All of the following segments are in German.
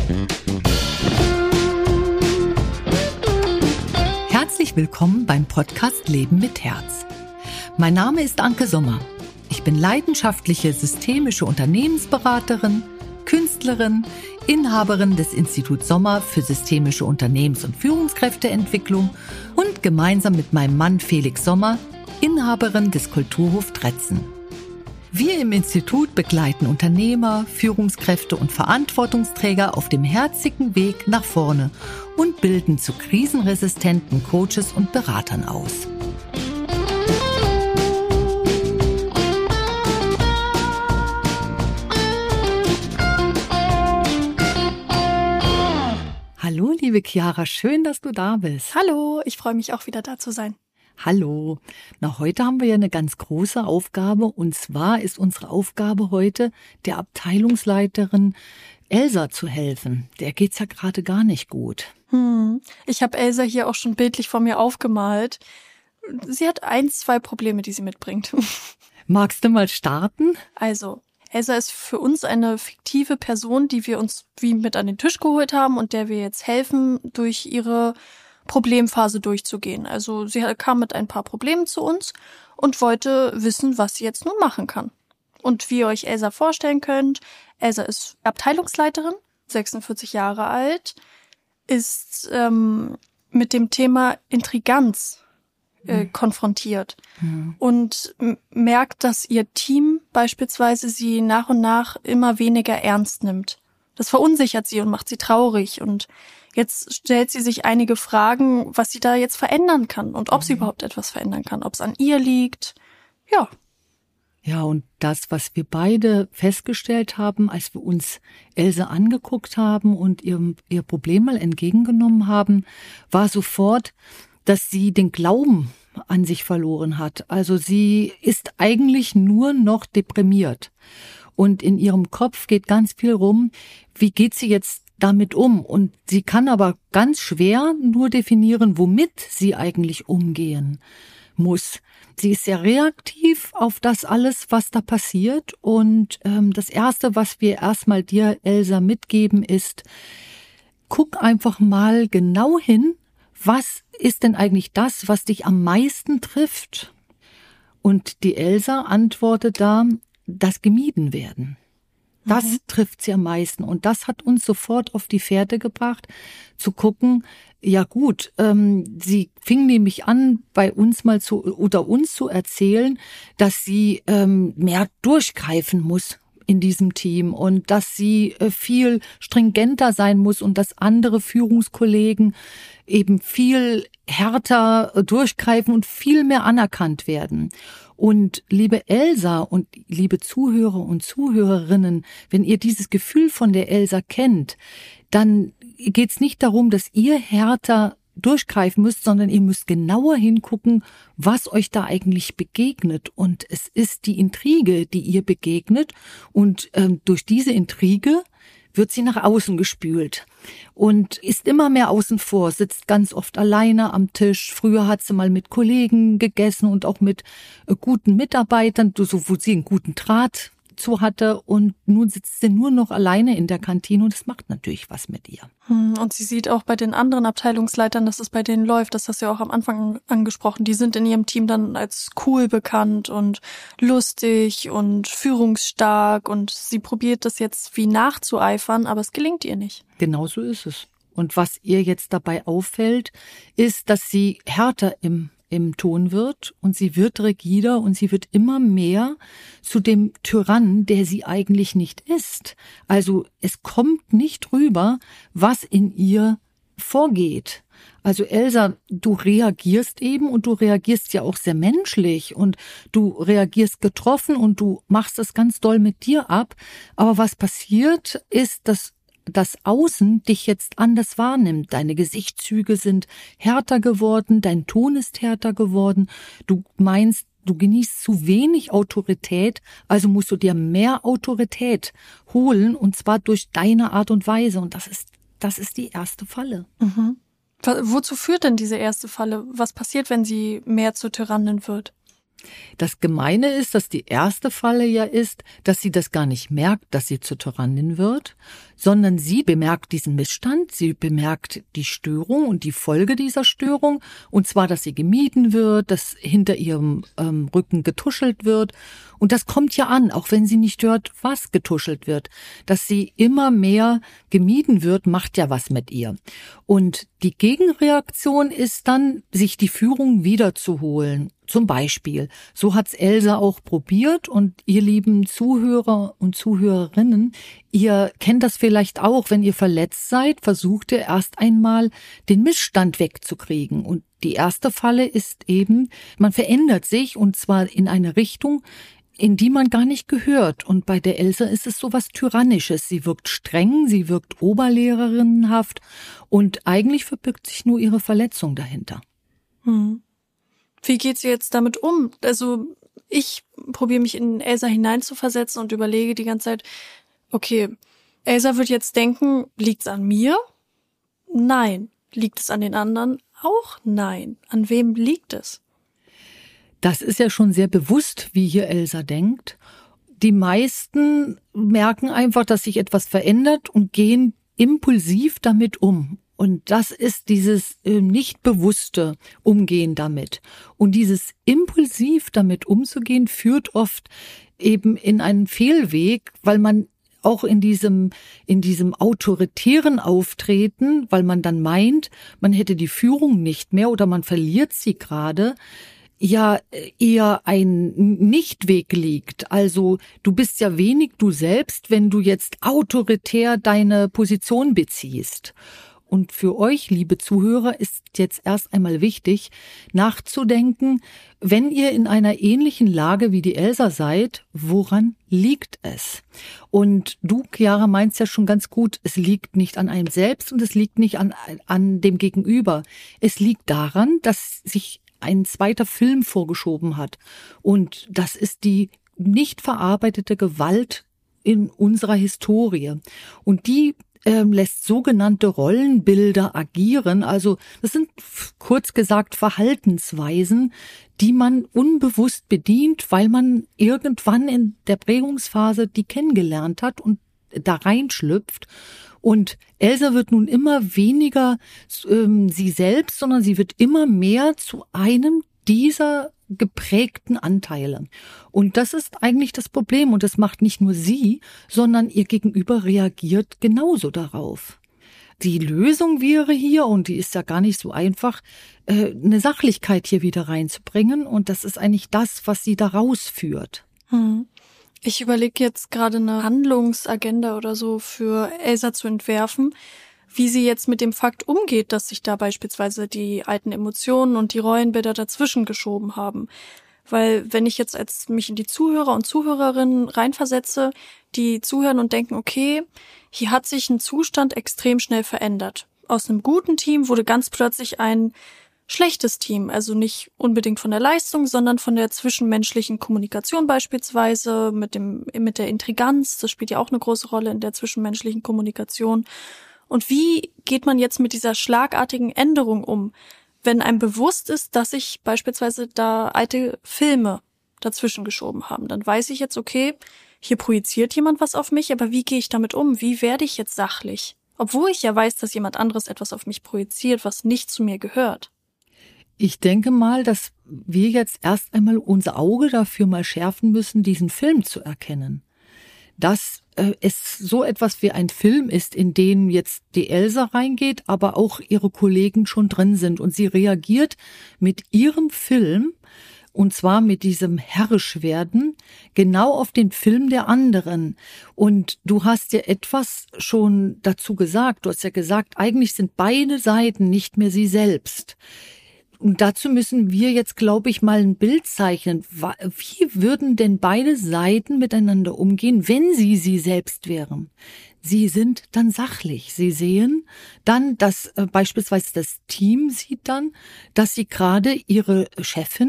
Herzlich willkommen beim Podcast Leben mit Herz. Mein Name ist Anke Sommer. Ich bin leidenschaftliche systemische Unternehmensberaterin, Künstlerin, Inhaberin des Instituts Sommer für systemische Unternehmens- und Führungskräfteentwicklung und gemeinsam mit meinem Mann Felix Sommer Inhaberin des Kulturhof Tretzen. Wir im Institut begleiten Unternehmer, Führungskräfte und Verantwortungsträger auf dem herzigen Weg nach vorne und bilden zu krisenresistenten Coaches und Beratern aus. Hallo, liebe Chiara, schön, dass du da bist. Hallo, ich freue mich auch wieder da zu sein. Hallo. Na, heute haben wir ja eine ganz große Aufgabe, und zwar ist unsere Aufgabe heute, der Abteilungsleiterin Elsa zu helfen. Der geht's ja gerade gar nicht gut. Ich habe Elsa hier auch schon bildlich vor mir aufgemalt. Sie hat 2 Probleme, die sie mitbringt. Magst du mal starten? Also, Elsa ist für uns eine fiktive Person, die wir uns wie mit an den Tisch geholt haben und der wir jetzt helfen, durch ihre Problemphase durchzugehen. Also sie kam mit ein paar Problemen zu uns und wollte wissen, was sie jetzt nun machen kann. Und wie ihr euch Elsa vorstellen könnt, Elsa ist Abteilungsleiterin, 46 Jahre alt, ist mit dem Thema Intriganz konfrontiert und merkt, dass ihr Team beispielsweise sie nach und nach immer weniger ernst nimmt. Das verunsichert sie und macht sie traurig, und jetzt stellt sie sich einige Fragen, was sie da jetzt verändern kann und ob sie überhaupt etwas verändern kann, ob es an ihr liegt. Ja. Ja, und das, was wir beide festgestellt haben, als wir uns Elsa angeguckt haben und ihr Problem mal entgegengenommen haben, war sofort, dass sie den Glauben an sich verloren hat. Also sie ist eigentlich nur noch deprimiert. Und in ihrem Kopf geht ganz viel rum, wie geht sie jetzt damit um? Und sie kann aber ganz schwer nur definieren, womit sie eigentlich umgehen muss. Sie ist sehr reaktiv auf das alles, was da passiert. Und das Erste, was wir erstmal dir, Elsa, mitgeben, ist, guck einfach mal genau hin, was ist denn eigentlich das, was dich am meisten trifft? Und die Elsa antwortet da, das gemieden werden. Das trifft sie am meisten. Und das hat uns sofort auf die Fährte gebracht, zu gucken, ja gut, sie fing nämlich an, bei uns mal uns zu erzählen, dass sie mehr durchgreifen muss in diesem Team und dass sie viel stringenter sein muss und dass andere Führungskollegen eben viel härter durchgreifen und viel mehr anerkannt werden. Und liebe Elsa und liebe Zuhörer und Zuhörerinnen, wenn ihr dieses Gefühl von der Elsa kennt, dann geht's nicht darum, dass ihr härter durchgreifen müsst, sondern ihr müsst genauer hingucken, was euch da eigentlich begegnet. Und es ist die Intrige, die ihr begegnet. Und durch diese Intrige wird sie nach außen gespült und ist immer mehr außen vor, sitzt ganz oft alleine am Tisch. Früher hat sie mal mit Kollegen gegessen und auch mit guten Mitarbeitern, so wo sie einen guten Draht zu hatte, und nun sitzt sie nur noch alleine in der Kantine und das macht natürlich was mit ihr. Und sie sieht auch bei den anderen Abteilungsleitern, dass es bei denen läuft. Das hast du ja auch am Anfang angesprochen. Die sind in ihrem Team dann als cool bekannt und lustig und führungsstark, und sie probiert das jetzt wie nachzueifern, aber es gelingt ihr nicht. Genau so ist es. Und was ihr jetzt dabei auffällt, ist, dass sie härter im Ton wird und sie wird rigider und sie wird immer mehr zu dem Tyrannen, der sie eigentlich nicht ist. Also es kommt nicht rüber, was in ihr vorgeht. Also Elsa, du reagierst eben, und du reagierst ja auch sehr menschlich und du reagierst getroffen und du machst das ganz doll mit dir ab. Aber was passiert ist, dass das Außen dich jetzt anders wahrnimmt. Deine Gesichtszüge sind härter geworden, dein Ton ist härter geworden. Du meinst, du genießt zu wenig Autorität, also musst du dir mehr Autorität holen, und zwar durch deine Art und Weise. Und das ist die erste Falle. Wozu führt denn diese erste Falle? Was passiert, wenn sie mehr zur Tyrannin wird? Das Gemeine ist, dass die erste Falle ja ist, dass sie das gar nicht merkt, dass sie zur Tyrannin wird, sondern sie bemerkt diesen Missstand, sie bemerkt die Störung und die Folge dieser Störung, und zwar, dass sie gemieden wird, dass hinter ihrem Rücken getuschelt wird. Und das kommt ja an, auch wenn sie nicht hört, was getuschelt wird. Dass sie immer mehr gemieden wird, macht ja was mit ihr. Und die Gegenreaktion ist dann, sich die Führung wiederzuholen. Zum Beispiel, so hat's Elsa auch probiert, und ihr lieben Zuhörer und Zuhörerinnen, ihr kennt das vielleicht auch, wenn ihr verletzt seid, versucht ihr erst einmal den Missstand wegzukriegen. Und die erste Falle ist eben, man verändert sich, und zwar in eine Richtung, in die man gar nicht gehört. Und bei der Elsa ist es so was Tyrannisches. Sie wirkt streng, sie wirkt oberlehrerinnenhaft, und eigentlich verbirgt sich nur ihre Verletzung dahinter. Wie geht sie jetzt damit um? Also ich probiere mich in Elsa hineinzuversetzen und überlege die ganze Zeit, okay, Elsa wird jetzt denken, liegt's an mir? Nein. Liegt es an den anderen? Auch nein. An wem liegt es? Das ist ja schon sehr bewusst, wie hier Elsa denkt. Die meisten merken einfach, dass sich etwas verändert und gehen impulsiv damit um. Und das ist dieses nicht bewusste Umgehen damit. Und dieses impulsiv damit umzugehen führt oft eben in einen Fehlweg, weil man auch in diesem autoritären Auftreten, weil man dann meint, man hätte die Führung nicht mehr oder man verliert sie gerade, ja eher ein Nichtweg liegt. Also du bist ja wenig du selbst, wenn du jetzt autoritär deine Position beziehst. Und für euch, liebe Zuhörer, ist jetzt erst einmal wichtig, nachzudenken, wenn ihr in einer ähnlichen Lage wie die Elsa seid, woran liegt es? Und du, Chiara, meinst ja schon ganz gut, es liegt nicht an einem selbst und es liegt nicht an dem Gegenüber. Es liegt daran, dass sich ein zweiter Film vorgeschoben hat. Und das ist die nicht verarbeitete Gewalt in unserer Historie. Und die lässt sogenannte Rollenbilder agieren. Also das sind kurz gesagt Verhaltensweisen, die man unbewusst bedient, weil man irgendwann in der Prägungsphase die kennengelernt hat und da reinschlüpft. Und Elsa wird nun immer weniger sie selbst, sondern sie wird immer mehr zu einem dieser geprägten Anteile. Und das ist eigentlich das Problem. Und das macht nicht nur sie, sondern ihr Gegenüber reagiert genauso darauf. Die Lösung wäre hier, und die ist ja gar nicht so einfach, eine Sachlichkeit hier wieder reinzubringen. Und das ist eigentlich das, was sie da rausführt. Ich überlege jetzt gerade eine Handlungsagenda oder so für Elsa zu entwerfen, wie sie jetzt mit dem Fakt umgeht, dass sich da beispielsweise die alten Emotionen und die Rollenbilder dazwischen geschoben haben. Weil wenn ich jetzt mich in die Zuhörer und Zuhörerinnen reinversetze, die zuhören und denken, okay, hier hat sich ein Zustand extrem schnell verändert. Aus einem guten Team wurde ganz plötzlich ein schlechtes Team, also nicht unbedingt von der Leistung, sondern von der zwischenmenschlichen Kommunikation beispielsweise, mit der Intriganz, das spielt ja auch eine große Rolle in der zwischenmenschlichen Kommunikation. Und wie geht man jetzt mit dieser schlagartigen Änderung um, wenn einem bewusst ist, dass sich beispielsweise da alte Filme dazwischen geschoben haben? Dann weiß ich jetzt, okay, hier projiziert jemand was auf mich, aber wie gehe ich damit um? Wie werde ich jetzt sachlich? Obwohl ich ja weiß, dass jemand anderes etwas auf mich projiziert, was nicht zu mir gehört. Ich denke mal, dass wir jetzt erst einmal unser Auge dafür mal schärfen müssen, diesen Film zu erkennen. Dass es so etwas wie ein Film ist, in den jetzt die Elsa reingeht, aber auch ihre Kollegen schon drin sind. Und sie reagiert mit ihrem Film, und zwar mit diesem Herrischwerden, genau auf den Film der anderen. Und du hast ja etwas schon dazu gesagt. Du hast ja gesagt, eigentlich sind beide Seiten nicht mehr sie selbst. Und dazu müssen wir jetzt, glaube ich, mal ein Bild zeichnen. Wie würden denn beide Seiten miteinander umgehen, wenn sie selbst wären? Sie sind dann sachlich. Sie sehen dann, dass beispielsweise das Team sieht dann, dass sie gerade ihre Chefin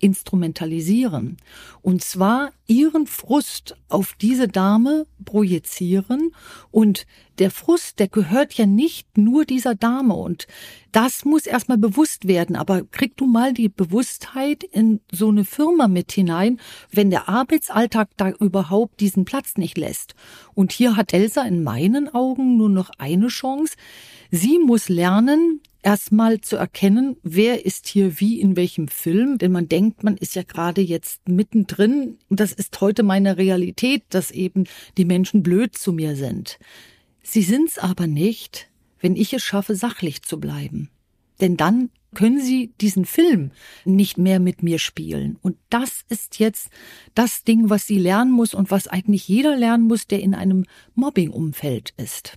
instrumentalisieren. Und zwar ihren Frust auf diese Dame projizieren. Und der Frust, der gehört ja nicht nur dieser Dame. Und das muss erstmal bewusst werden. Aber krieg du mal die Bewusstheit in so eine Firma mit hinein, wenn der Arbeitsalltag da überhaupt diesen Platz nicht lässt. Und hier hat Elsa in meinen Augen nur noch eine Chance. Sie muss lernen, erstmal zu erkennen, wer ist hier wie in welchem Film. Denn man denkt, man ist ja gerade jetzt mittendrin. Und das ist heute meine Realität, dass eben die Menschen blöd zu mir sind. Sie sind's aber nicht, wenn ich es schaffe, sachlich zu bleiben. Denn dann können sie diesen Film nicht mehr mit mir spielen. Und das ist jetzt das Ding, was sie lernen muss und was eigentlich jeder lernen muss, der in einem Mobbing-Umfeld ist.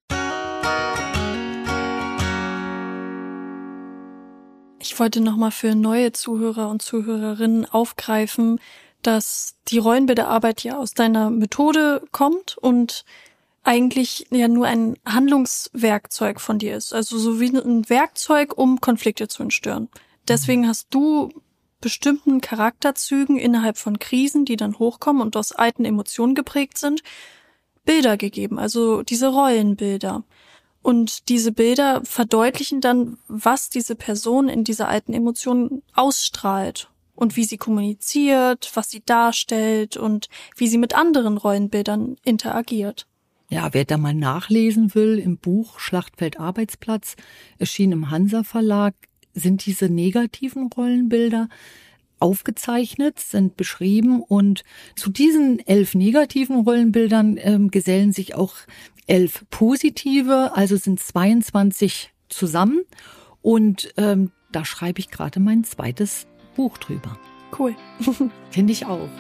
Ich wollte nochmal für neue Zuhörer und Zuhörerinnen aufgreifen, dass die Rollenbilderarbeit ja aus deiner Methode kommt und eigentlich ja nur ein Handlungswerkzeug von dir ist. Also so wie ein Werkzeug, um Konflikte zu entstören. Deswegen hast du bestimmten Charakterzügen innerhalb von Krisen, die dann hochkommen und aus alten Emotionen geprägt sind, Bilder gegeben, also diese Rollenbilder. Und diese Bilder verdeutlichen dann, was diese Person in dieser alten Emotion ausstrahlt und wie sie kommuniziert, was sie darstellt und wie sie mit anderen Rollenbildern interagiert. Ja, wer da mal nachlesen will, im Buch Schlachtfeld Arbeitsplatz, erschienen im Hansa Verlag, sind diese negativen Rollenbilder aufgezeichnet, sind beschrieben und zu diesen 11 negativen Rollenbildern gesellen sich auch 11 positive, also sind 22 zusammen und da schreibe ich gerade mein zweites Buch drüber. Cool. Finde ich auch.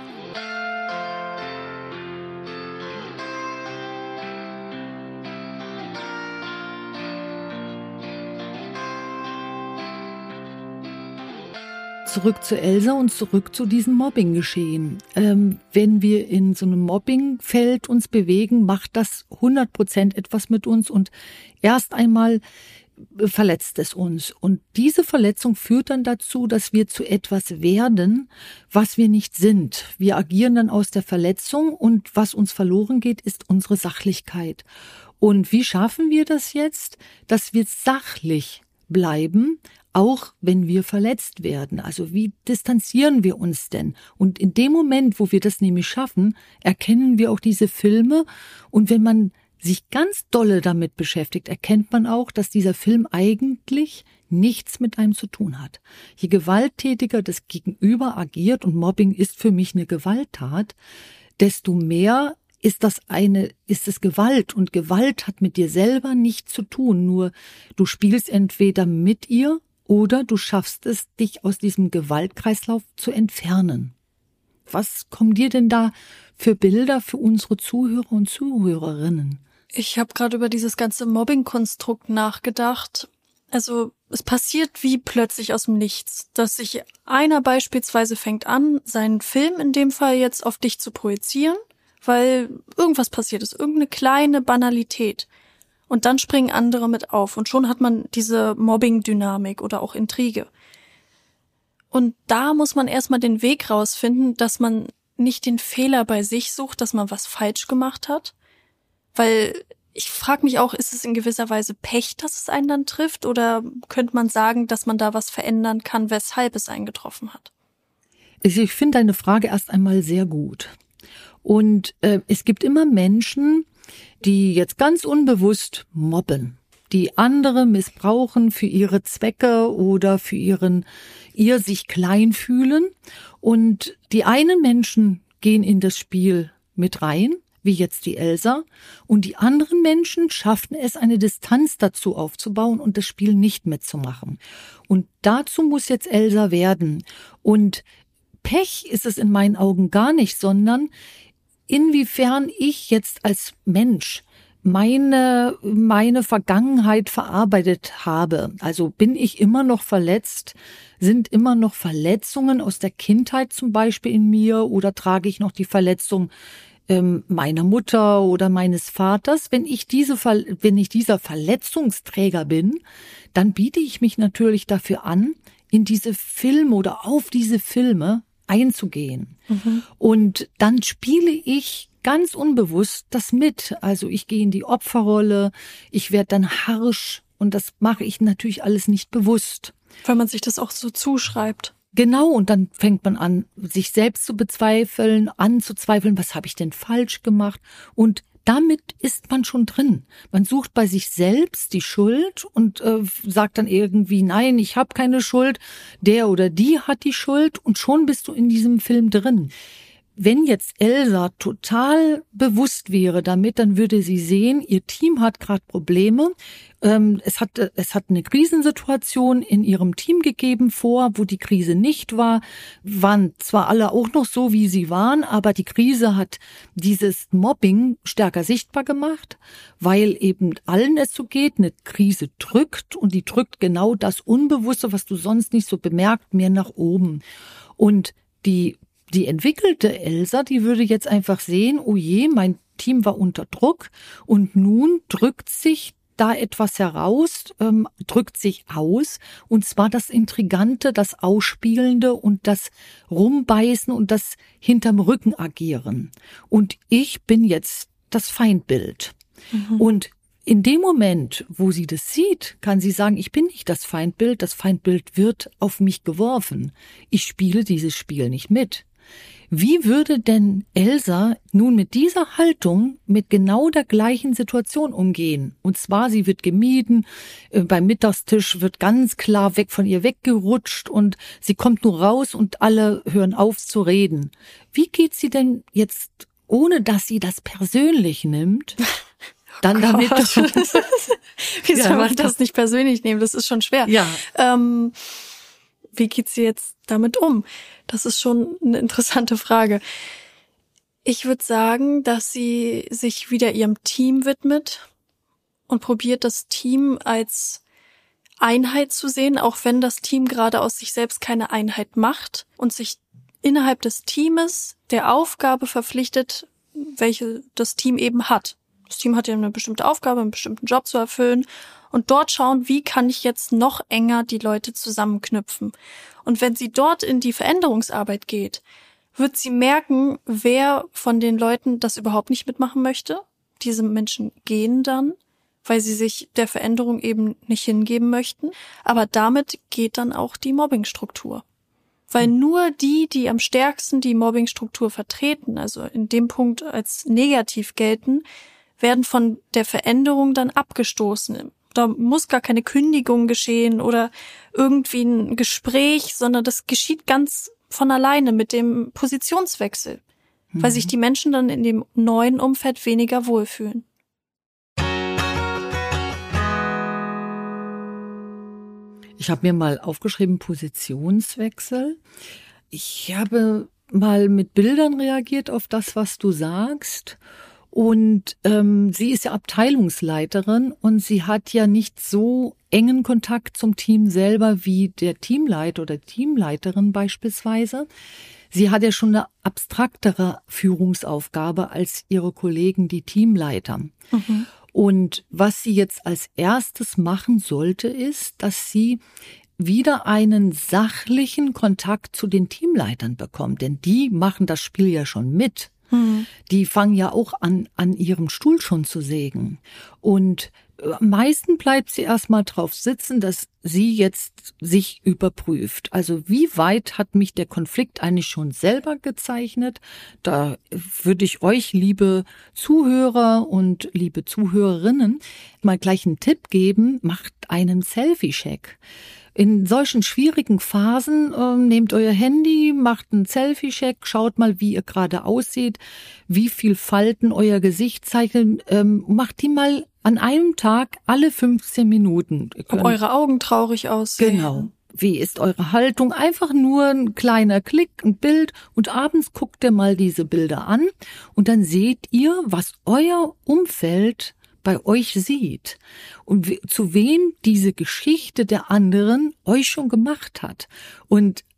Zurück zu Elsa und zurück zu diesem Mobbing-Geschehen. Wenn wir in so einem Mobbingfeld uns bewegen, macht das 100% etwas mit uns und erst einmal verletzt es uns. Und diese Verletzung führt dann dazu, dass wir zu etwas werden, was wir nicht sind. Wir agieren dann aus der Verletzung und was uns verloren geht, ist unsere Sachlichkeit. Und wie schaffen wir das jetzt, dass wir sachlich bleiben, auch wenn wir verletzt werden? Also wie distanzieren wir uns denn? Und in dem Moment, wo wir das nämlich schaffen, erkennen wir auch diese Filme. Und wenn man sich ganz dolle damit beschäftigt, erkennt man auch, dass dieser Film eigentlich nichts mit einem zu tun hat. Je gewalttätiger das Gegenüber agiert, und Mobbing ist für mich eine Gewalttat, desto mehr ist es Gewalt. Und Gewalt hat mit dir selber nichts zu tun. Nur du spielst entweder mit ihr oder du schaffst es, dich aus diesem Gewaltkreislauf zu entfernen. Was kommen dir denn da für Bilder für unsere Zuhörer und Zuhörerinnen? Ich habe gerade über dieses ganze Mobbing-Konstrukt nachgedacht. Also es passiert wie plötzlich aus dem Nichts, dass sich einer beispielsweise fängt an, seinen Film in dem Fall jetzt auf dich zu projizieren, weil irgendwas passiert ist, irgendeine kleine Banalität. Und dann springen andere mit auf und schon hat man diese Mobbing-Dynamik oder auch Intrige. Und da muss man erstmal den Weg rausfinden, dass man nicht den Fehler bei sich sucht, dass man was falsch gemacht hat. Weil ich frage mich auch, ist es in gewisser Weise Pech, dass es einen dann trifft? Oder könnte man sagen, dass man da was verändern kann, weshalb es einen getroffen hat? Ich finde deine Frage erst einmal sehr gut. Und es gibt immer Menschen, die jetzt ganz unbewusst mobben, die andere missbrauchen für ihre Zwecke oder für ihr sich klein fühlen. Und die einen Menschen gehen in das Spiel mit rein, wie jetzt die Elsa, und die anderen Menschen schaffen es, eine Distanz dazu aufzubauen und das Spiel nicht mitzumachen. Und dazu muss jetzt Elsa werden. Und Pech ist es in meinen Augen gar nicht, sondern inwiefern ich jetzt als Mensch meine Vergangenheit verarbeitet habe. Also bin ich immer noch verletzt? Sind immer noch Verletzungen aus der Kindheit zum Beispiel in mir? Oder trage ich noch die Verletzung meiner Mutter oder meines Vaters? Wenn ich dieser Verletzungsträger bin, dann biete ich mich natürlich dafür an, in diese Filme oder auf diese Filme einzugehen. Und dann spiele ich ganz unbewusst das mit. Also ich gehe in die Opferrolle, ich werde dann harsch und das mache ich natürlich alles nicht bewusst. Weil man sich das auch so zuschreibt. Genau, und dann fängt man an, sich selbst zu bezweifeln, anzuzweifeln, was habe ich denn falsch gemacht? Und damit ist man schon drin. Man sucht bei sich selbst die Schuld und sagt dann irgendwie, nein, ich habe keine Schuld, der oder die hat die Schuld und schon bist du in diesem Film drin. Wenn jetzt Elsa total bewusst wäre damit, dann würde sie sehen, ihr Team hat gerade Probleme. Es hat eine Krisensituation in ihrem Team gegeben wo die Krise nicht war. Waren zwar alle auch noch so, wie sie waren, aber die Krise hat dieses Mobbing stärker sichtbar gemacht, weil eben allen es so geht. Eine Krise drückt und die drückt genau das Unbewusste, was du sonst nicht so bemerkt, mehr nach oben. Und die entwickelte Elsa, die würde jetzt einfach sehen, oh je, mein Team war unter Druck und nun drückt sich da etwas heraus, drückt sich aus, und zwar das Intrigante, das Ausspielende und das Rumbeißen und das hinterm Rücken agieren. Und ich bin jetzt das Feindbild. Und in dem Moment, wo sie das sieht, kann sie sagen, ich bin nicht das Feindbild wird auf mich geworfen. Ich spiele dieses Spiel nicht mit. Wie würde denn Elsa nun mit dieser Haltung mit genau der gleichen Situation umgehen? Und zwar, sie wird gemieden, beim Mittagstisch wird ganz klar von ihr weggerutscht und sie kommt nur raus und alle hören auf zu reden. Wie geht sie denn jetzt, ohne dass sie das persönlich nimmt, dann damit... Wie soll man das nicht persönlich nehmen? Das ist schon schwer. Ja. Wie geht sie jetzt damit um? Das ist schon eine interessante Frage. Ich würde sagen, dass sie sich wieder ihrem Team widmet und probiert, das Team als Einheit zu sehen, auch wenn das Team gerade aus sich selbst keine Einheit macht und sich innerhalb des Teames der Aufgabe verpflichtet, welche das Team eben hat. Das Team hat ja eine bestimmte Aufgabe, einen bestimmten Job zu erfüllen und dort schauen, wie kann ich jetzt noch enger die Leute zusammenknüpfen. Und wenn sie dort in die Veränderungsarbeit geht, wird sie merken, wer von den Leuten das überhaupt nicht mitmachen möchte. Diese Menschen gehen dann, weil sie sich der Veränderung eben nicht hingeben möchten. Aber damit geht dann auch die Mobbingstruktur. Weil nur die am stärksten die Mobbingstruktur vertreten, also in dem Punkt als negativ gelten, werden von der Veränderung dann abgestoßen. Da muss gar keine Kündigung geschehen oder irgendwie ein Gespräch, sondern das geschieht ganz von alleine mit dem Positionswechsel, weil sich die Menschen dann in dem neuen Umfeld weniger wohlfühlen. Ich habe mir mal aufgeschrieben, Positionswechsel. Ich habe mal mit Bildern reagiert auf das, was du sagst. Und sie ist ja Abteilungsleiterin und sie hat ja nicht so engen Kontakt zum Team selber wie der Teamleiter oder Teamleiterin beispielsweise. Sie hat ja schon eine abstraktere Führungsaufgabe als ihre Kollegen, die Teamleiter. Und was sie jetzt als erstes machen sollte, ist, dass sie wieder einen sachlichen Kontakt zu den Teamleitern bekommt. Denn die machen das Spiel ja schon mit. Die fangen ja auch an ihrem Stuhl schon zu sägen. Und am meisten bleibt sie erstmal drauf sitzen, dass sie jetzt sich überprüft. Also wie weit hat mich der Konflikt eigentlich schon selber gezeichnet? Da würde ich euch, liebe Zuhörer und liebe Zuhörerinnen, mal gleich einen Tipp geben, macht einen Selfie-Check. In solchen schwierigen Phasen nehmt euer Handy, macht einen Selfie-Check, schaut mal, wie ihr gerade aussieht, wie viel Falten euer Gesicht zeichnen, macht die mal an einem Tag alle 15 Minuten. Ob eure Augen traurig aussehen. Genau. Wie ist eure Haltung? Einfach nur ein kleiner Klick, ein Bild, und abends guckt ihr mal diese Bilder an und dann seht ihr, was euer Umfeld bei euch sieht und zu wem diese Geschichte der anderen euch schon gemacht hat. Und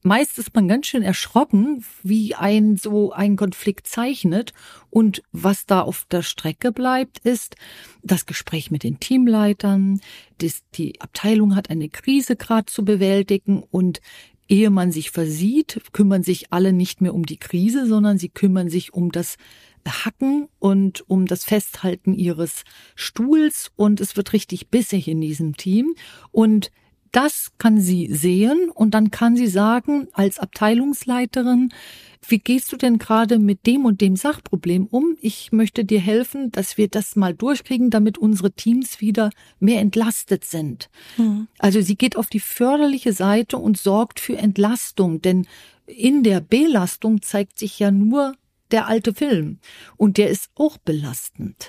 meist ist man ganz schön erschrocken, wie so ein Konflikt zeichnet. Und was da auf der Strecke bleibt, ist das Gespräch mit den Teamleitern. Die Abteilung hat eine Krise gerade zu bewältigen und ehe man sich versieht, kümmern sich alle nicht mehr um die Krise, sondern sie kümmern sich um das Hacken und um das Festhalten ihres Stuhls und es wird richtig bissig in diesem Team und das kann sie sehen und dann kann sie sagen als Abteilungsleiterin, wie gehst du denn gerade mit dem und dem Sachproblem um? Ich möchte dir helfen, dass wir das mal durchkriegen, damit unsere Teams wieder mehr entlastet sind. Also sie geht auf die förderliche Seite und sorgt für Entlastung, denn in der Belastung zeigt sich ja nur der alte Film und der ist auch belastend.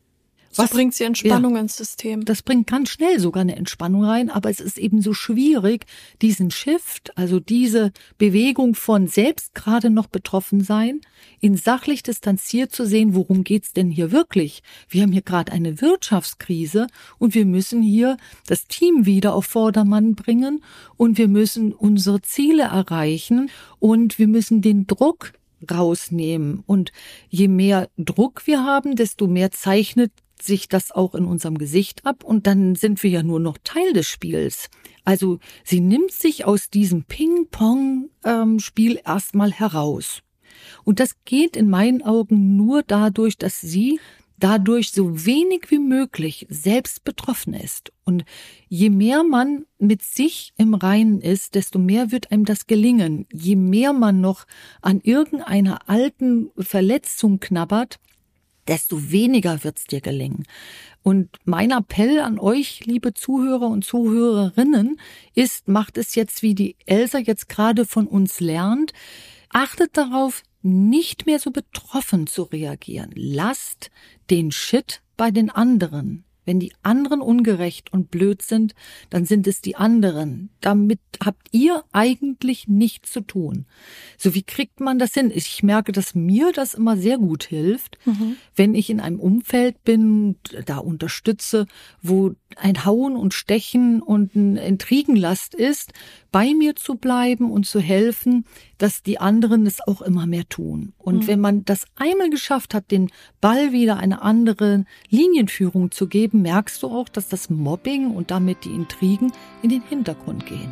Was bringt sie Entspannung ins System? Das bringt ganz schnell sogar eine Entspannung rein, aber es ist eben so schwierig, diesen Shift, also diese Bewegung von selbst gerade noch betroffen sein, in sachlich distanziert zu sehen, worum geht's denn hier wirklich? Wir haben hier gerade eine Wirtschaftskrise und wir müssen hier das Team wieder auf Vordermann bringen und wir müssen unsere Ziele erreichen und wir müssen den Druck rausnehmen. Und je mehr Druck wir haben, desto mehr zeichnet sich das auch in unserem Gesicht ab und dann sind wir ja nur noch Teil des Spiels. Also sie nimmt sich aus diesem Ping-Pong-Spiel erstmal heraus. Und das geht in meinen Augen nur dadurch, dass sie dadurch so wenig wie möglich selbst betroffen ist. Und je mehr man mit sich im Reinen ist, desto mehr wird einem das gelingen. Je mehr man noch an irgendeiner alten Verletzung knabbert, desto weniger wird's dir gelingen. Und mein Appell an euch, liebe Zuhörer und Zuhörerinnen, ist, macht es jetzt, wie die Elsa jetzt gerade von uns lernt, achtet darauf, nicht mehr so betroffen zu reagieren. Lasst den Shit bei den anderen. Wenn die anderen ungerecht und blöd sind, dann sind es die anderen. Damit habt ihr eigentlich nichts zu tun. So, wie kriegt man das hin? Ich merke, dass mir das immer sehr gut hilft, wenn ich in einem Umfeld bin, da unterstütze, wo ein Hauen und Stechen und ein Intrigenlast ist, bei mir zu bleiben und zu helfen, dass die anderen es auch immer mehr tun. Und wenn man das einmal geschafft hat, den Ball wieder eine andere Linienführung zu geben, merkst du auch, dass das Mobbing und damit die Intrigen in den Hintergrund gehen.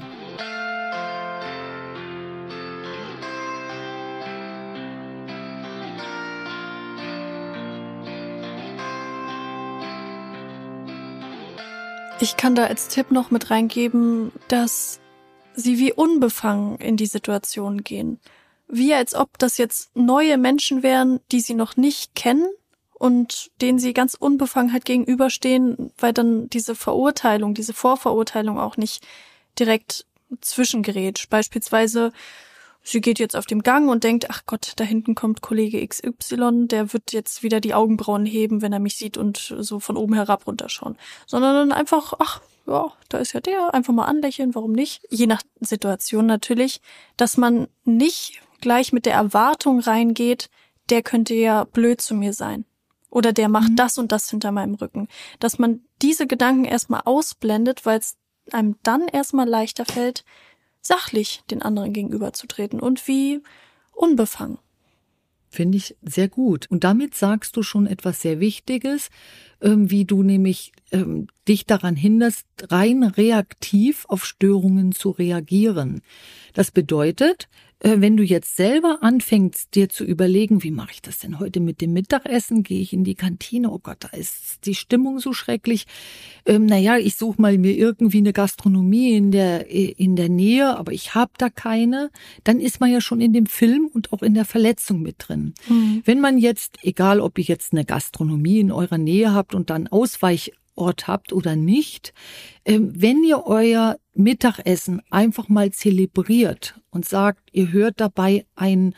Ich kann da als Tipp noch mit reingeben, dass sie wie unbefangen in die Situation gehen. Wie als ob das jetzt neue Menschen wären, die sie noch nicht kennen und denen sie ganz unbefangen halt gegenüberstehen, weil dann diese Verurteilung, diese Vorverurteilung auch nicht direkt zwischengerätscht. Beispielsweise, sie geht jetzt auf dem Gang und denkt, ach Gott, da hinten kommt Kollege XY, der wird jetzt wieder die Augenbrauen heben, wenn er mich sieht und so von oben herab runterschauen. Sondern dann einfach, ach ja, da ist ja der, einfach mal anlächeln, warum nicht? Je nach Situation natürlich, dass man nicht gleich mit der Erwartung reingeht, der könnte ja blöd zu mir sein. Oder der macht das und das hinter meinem Rücken. Dass man diese Gedanken erstmal ausblendet, weil es einem dann erstmal leichter fällt, sachlich den anderen gegenüberzutreten und wie unbefangen. Finde ich sehr gut. Und damit sagst du schon etwas sehr Wichtiges, wie du nämlich dich daran hinderst, rein reaktiv auf Störungen zu reagieren. Das bedeutet, wenn du jetzt selber anfängst, dir zu überlegen, wie mache ich das denn heute mit dem Mittagessen? Gehe ich in die Kantine? Oh Gott, da ist die Stimmung so schrecklich. Ich suche mal mir irgendwie eine Gastronomie in der Nähe, aber ich habe da keine. Dann ist man ja schon in dem Film und auch in der Verletzung mit drin. Wenn man jetzt, egal ob ihr jetzt eine Gastronomie in eurer Nähe habt und dann Ausweichort habt oder nicht, wenn ihr euer Mittagessen einfach mal zelebriert und sagt, ihr hört dabei ein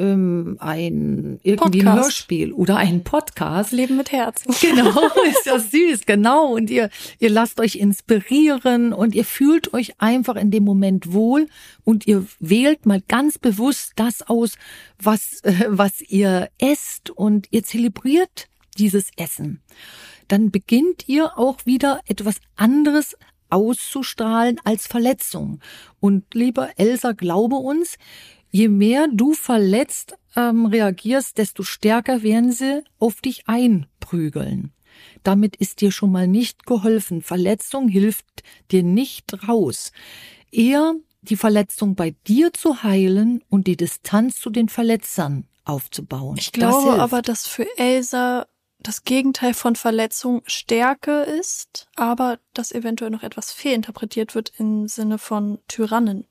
Hörspiel oder einen Podcast. Leben mit Herz. Genau, ist ja süß, genau. Und ihr lasst euch inspirieren und ihr fühlt euch einfach in dem Moment wohl und ihr wählt mal ganz bewusst das aus, was ihr esst und ihr zelebriert dieses Essen. Dann beginnt ihr auch wieder etwas anderes auszustrahlen als Verletzung. Und lieber Elsa, glaube uns, je mehr du verletzt reagierst, desto stärker werden sie auf dich einprügeln. Damit ist dir schon mal nicht geholfen. Verletzung hilft dir nicht raus. Eher die Verletzung bei dir zu heilen und die Distanz zu den Verletzern aufzubauen. Ich glaube aber, dass für Elsa das Gegenteil von Verletzung Stärke ist, aber dass eventuell noch etwas fehlinterpretiert wird im Sinne von Tyrannen.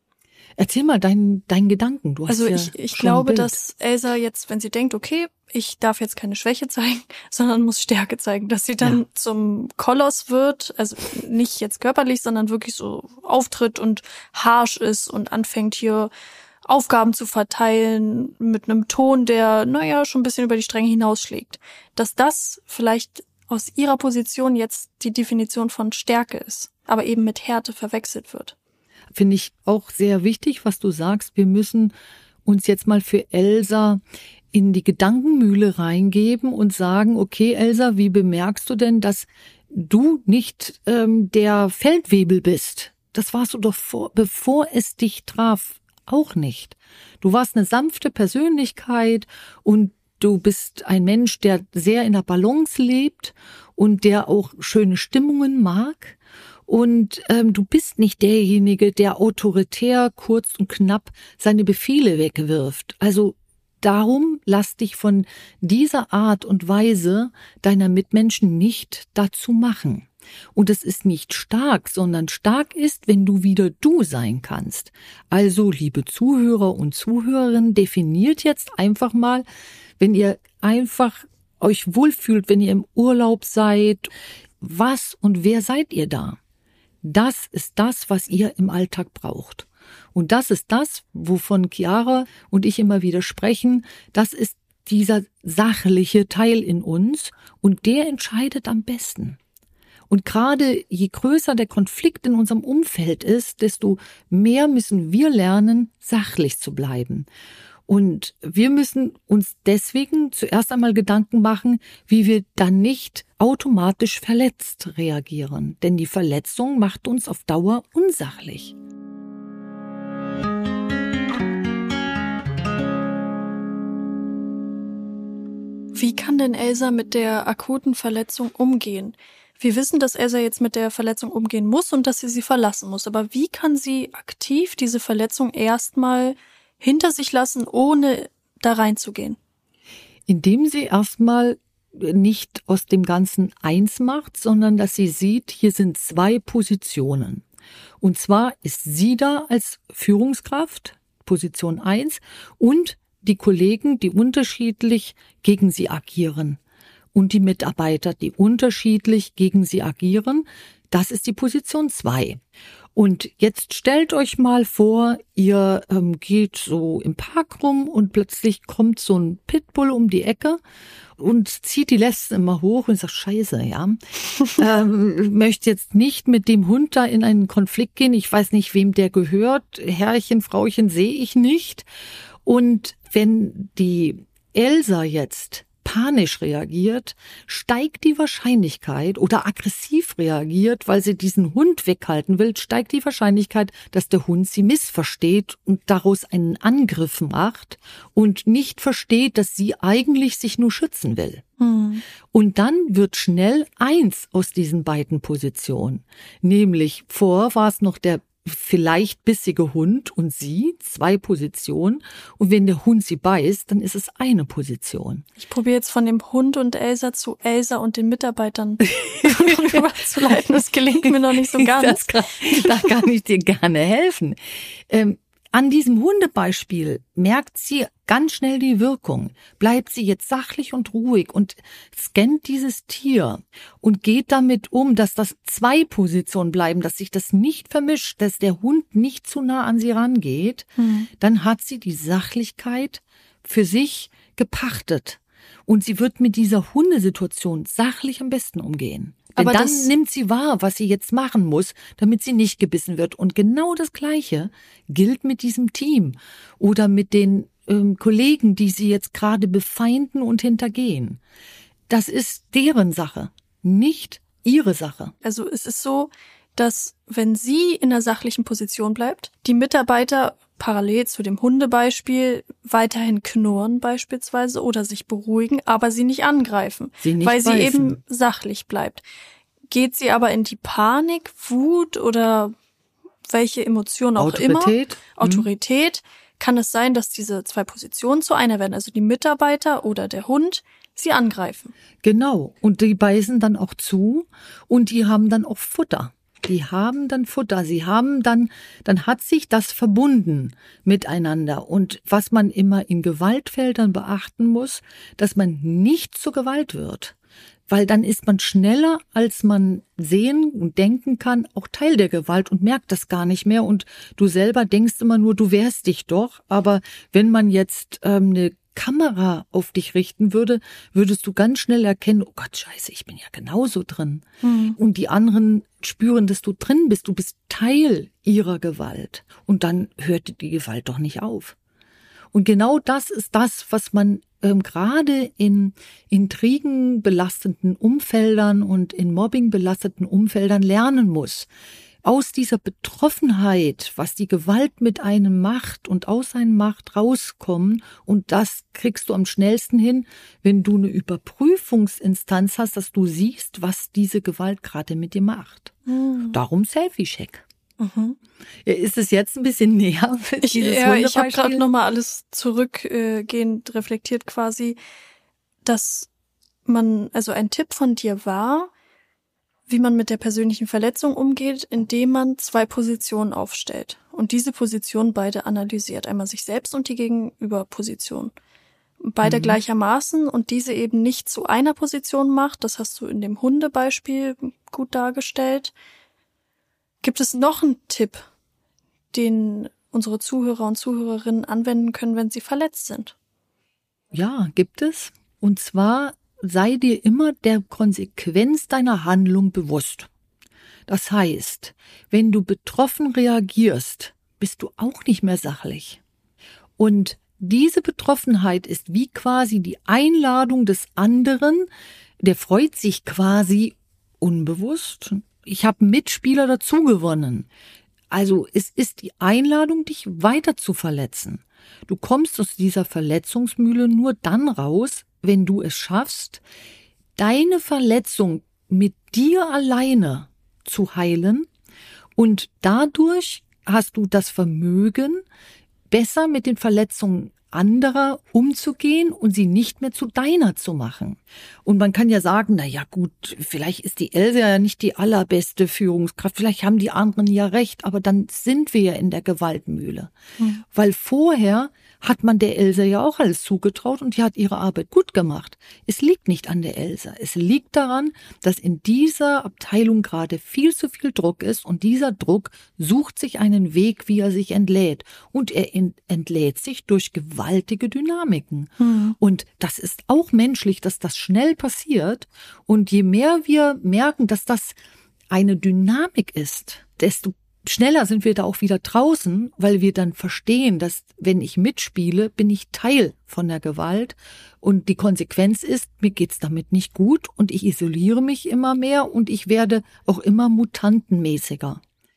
Erzähl mal deinen Gedanken. Du hast ich glaube, dass Elsa jetzt, wenn sie denkt, okay, ich darf jetzt keine Schwäche zeigen, sondern muss Stärke zeigen, dass sie dann zum Koloss wird, also nicht jetzt körperlich, sondern wirklich so auftritt und harsch ist und anfängt hier Aufgaben zu verteilen mit einem Ton, der, schon ein bisschen über die Stränge hinausschlägt. Dass das vielleicht aus ihrer Position jetzt die Definition von Stärke ist, aber eben mit Härte verwechselt wird. Finde ich auch sehr wichtig, was du sagst. Wir müssen uns jetzt mal für Elsa in die Gedankenmühle reingeben und sagen, okay, Elsa, wie bemerkst du denn, dass du nicht der Feldwebel bist? Das warst du doch bevor es dich traf auch nicht. Du warst eine sanfte Persönlichkeit und du bist ein Mensch, der sehr in der Balance lebt und der auch schöne Stimmungen mag. Und du bist nicht derjenige, der autoritär, kurz und knapp seine Befehle wegwirft. Also darum lass dich von dieser Art und Weise deiner Mitmenschen nicht dazu machen. Und es ist nicht stark, sondern stark ist, wenn du wieder du sein kannst. Also, liebe Zuhörer und Zuhörerinnen, definiert jetzt einfach mal, wenn ihr einfach euch wohlfühlt, wenn ihr im Urlaub seid, was und wer seid ihr da? Das ist das, was ihr im Alltag braucht. Und das ist das, wovon Chiara und ich immer wieder sprechen. Das ist dieser sachliche Teil in uns und der entscheidet am besten. Und gerade je größer der Konflikt in unserem Umfeld ist, desto mehr müssen wir lernen, sachlich zu bleiben. Und wir müssen uns deswegen zuerst einmal Gedanken machen, wie wir dann nicht automatisch verletzt reagieren. Denn die Verletzung macht uns auf Dauer unsachlich. Wie kann denn Elsa mit der akuten Verletzung umgehen? Wir wissen, dass Elsa jetzt mit der Verletzung umgehen muss und dass sie verlassen muss. Aber wie kann sie aktiv diese Verletzung erstmal hinter sich lassen, ohne da reinzugehen? Indem sie erstmal nicht aus dem Ganzen eins macht, sondern dass sie sieht, hier sind zwei Positionen. Und zwar ist sie da als Führungskraft, Position 1, und die Kollegen, die unterschiedlich gegen sie agieren. Und die Mitarbeiter, die unterschiedlich gegen sie agieren, das ist die Position 2. Und jetzt stellt euch mal vor, ihr geht so im Park rum und plötzlich kommt so ein Pitbull um die Ecke und zieht die Lesten immer hoch und sagt, scheiße, ja, möchte jetzt nicht mit dem Hund da in einen Konflikt gehen, ich weiß nicht, wem der gehört, Herrchen, Frauchen sehe ich nicht. Und wenn die Elsa jetzt panisch reagiert, steigt die Wahrscheinlichkeit oder aggressiv reagiert, weil sie diesen Hund weghalten will, steigt die Wahrscheinlichkeit, dass der Hund sie missversteht und daraus einen Angriff macht und nicht versteht, dass sie eigentlich sich nur schützen will. Und dann wird schnell eins aus diesen beiden Positionen. Nämlich vor war es noch der vielleicht bissige Hund und sie, 2 Positionen. Und wenn der Hund sie beißt, dann ist es eine Position. Ich probiere jetzt von dem Hund und Elsa zu Elsa und den Mitarbeitern rüberzuleiten. Das gelingt mir noch nicht so ganz. Da kann ich dir gerne helfen. An diesem Hundebeispiel merkt sie ganz schnell die Wirkung. Bleibt sie jetzt sachlich und ruhig und scannt dieses Tier und geht damit um, dass das 2 Positionen bleiben, dass sich das nicht vermischt, dass der Hund nicht zu nah an sie rangeht, dann hat sie die Sachlichkeit für sich gepachtet. Und sie wird mit dieser Hundesituation sachlich am besten umgehen. Denn Aber dann nimmt sie wahr, was sie jetzt machen muss, damit sie nicht gebissen wird. Und genau das Gleiche gilt mit diesem Team oder mit den Kollegen, die sie jetzt gerade befeinden und hintergehen. Das ist deren Sache, nicht ihre Sache. Also es ist so, dass wenn sie in der sachlichen Position bleibt, die Mitarbeiter parallel zu dem Hundebeispiel weiterhin knurren beispielsweise oder sich beruhigen, aber sie nicht angreifen, weil sie eben sachlich bleibt. Geht sie aber in die Panik, Wut oder welche Emotion auch immer, Autorität, kann es sein, dass diese zwei Positionen zu einer werden, also die Mitarbeiter oder der Hund, sie angreifen. Genau, und die beißen dann auch zu und die haben dann auch Futter. Die haben dann Futter, dann hat sich das verbunden miteinander. Und was man immer in Gewaltfeldern beachten muss, dass man nicht zur Gewalt wird. Weil dann ist man schneller, als man sehen und denken kann, auch Teil der Gewalt und merkt das gar nicht mehr. Und du selber denkst immer nur, du wehrst dich doch. Aber wenn man jetzt eine Kamera auf dich richten würde, würdest du ganz schnell erkennen, oh Gott, scheiße, ich bin ja genauso drin. Und die anderen spüren, dass du drin bist. Du bist Teil ihrer Gewalt. Und dann hört die Gewalt doch nicht auf. Und genau das ist das, was man gerade in intrigenbelasteten Umfeldern und in mobbingbelasteten Umfeldern lernen muss. Aus dieser Betroffenheit, was die Gewalt mit einem macht und aus einem macht, rauskommen. Und das kriegst du am schnellsten hin, wenn du eine Überprüfungsinstanz hast, dass du siehst, was diese Gewalt gerade mit dir macht. Darum Selfie-Check. Ist es jetzt ein bisschen näher? Ich habe gerade nochmal alles zurückgehend reflektiert quasi, dass also ein Tipp von dir war, wie man mit der persönlichen Verletzung umgeht, indem man zwei Positionen aufstellt und diese Positionen beide analysiert. Einmal sich selbst und die Gegenüberposition. Beide gleichermaßen und diese eben nicht zu einer Position macht. Das hast du in dem Hundebeispiel gut dargestellt. Gibt es noch einen Tipp, den unsere Zuhörer und Zuhörerinnen anwenden können, wenn sie verletzt sind? Ja, gibt es. Und zwar sei dir immer der Konsequenz deiner Handlung bewusst. Das heißt, wenn du betroffen reagierst, bist du auch nicht mehr sachlich. Und diese Betroffenheit ist wie quasi die Einladung des anderen, der freut sich quasi unbewusst. Ich habe einen Mitspieler dazu gewonnen. Also es ist die Einladung, dich weiter zu verletzen. Du kommst aus dieser Verletzungsmühle nur dann raus, wenn du es schaffst, deine Verletzung mit dir alleine zu heilen. Und dadurch hast du das Vermögen, besser mit den Verletzungen anderer umzugehen und sie nicht mehr zu deiner zu machen. Und man kann ja sagen, na ja gut, vielleicht ist die Else ja nicht die allerbeste Führungskraft, vielleicht haben die anderen ja recht, aber dann sind wir ja in der Gewaltmühle. Weil vorher hat man der Else ja auch alles zugetraut und die hat ihre Arbeit gut gemacht. Es liegt nicht an der Else. Es liegt daran, dass in dieser Abteilung gerade viel zu viel Druck ist und dieser Druck sucht sich einen Weg, wie er sich entlädt. Und er entlädt sich durch gewaltige Dynamiken. Und das ist auch menschlich, dass das schnell passiert. Und je mehr wir merken, dass das eine Dynamik ist, desto schneller sind wir da auch wieder draußen, weil wir dann verstehen, dass wenn ich mitspiele, bin ich Teil von der Gewalt und die Konsequenz ist, mir geht's damit nicht gut und ich isoliere mich immer mehr und ich werde auch immer mutantenmäßiger.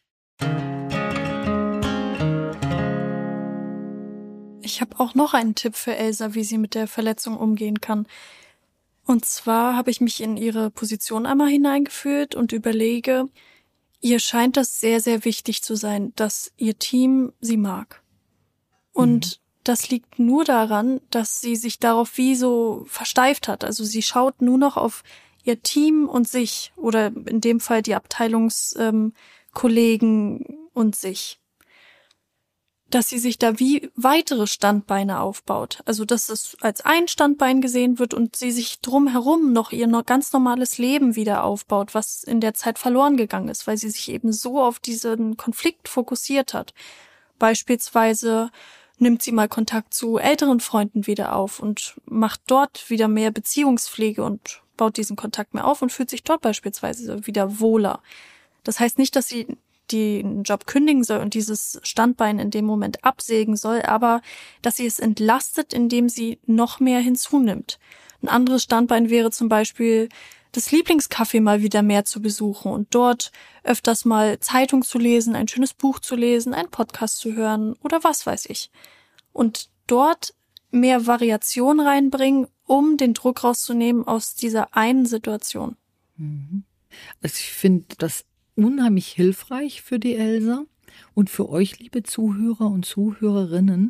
Ich habe auch noch einen Tipp für Elsa, wie sie mit der Verletzung umgehen kann. Und zwar habe ich mich in ihre Position einmal hineingefühlt und überlege, ihr scheint das sehr, sehr wichtig zu sein, dass ihr Team sie mag. Und das liegt nur daran, dass sie sich darauf wie so versteift hat. Also sie schaut nur noch auf ihr Team und sich oder in dem Fall die Abteilungskollegen und sich. Dass sie sich da wie weitere Standbeine aufbaut. Also dass es als ein Standbein gesehen wird und sie sich drumherum noch ihr ganz normales Leben wieder aufbaut, was in der Zeit verloren gegangen ist, weil sie sich eben so auf diesen Konflikt fokussiert hat. Beispielsweise nimmt sie mal Kontakt zu älteren Freunden wieder auf und macht dort wieder mehr Beziehungspflege und baut diesen Kontakt mehr auf und fühlt sich dort beispielsweise wieder wohler. Das heißt nicht, dass sie den Job kündigen soll und dieses Standbein in dem Moment absägen soll, aber dass sie es entlastet, indem sie noch mehr hinzunimmt. Ein anderes Standbein wäre zum Beispiel, das Lieblingscafé mal wieder mehr zu besuchen und dort öfters mal Zeitung zu lesen, ein schönes Buch zu lesen, einen Podcast zu hören oder was weiß ich. Und dort mehr Variation reinbringen, um den Druck rauszunehmen aus dieser einen Situation. Also ich finde das unheimlich hilfreich für die Elsa und für euch, liebe Zuhörer und Zuhörerinnen,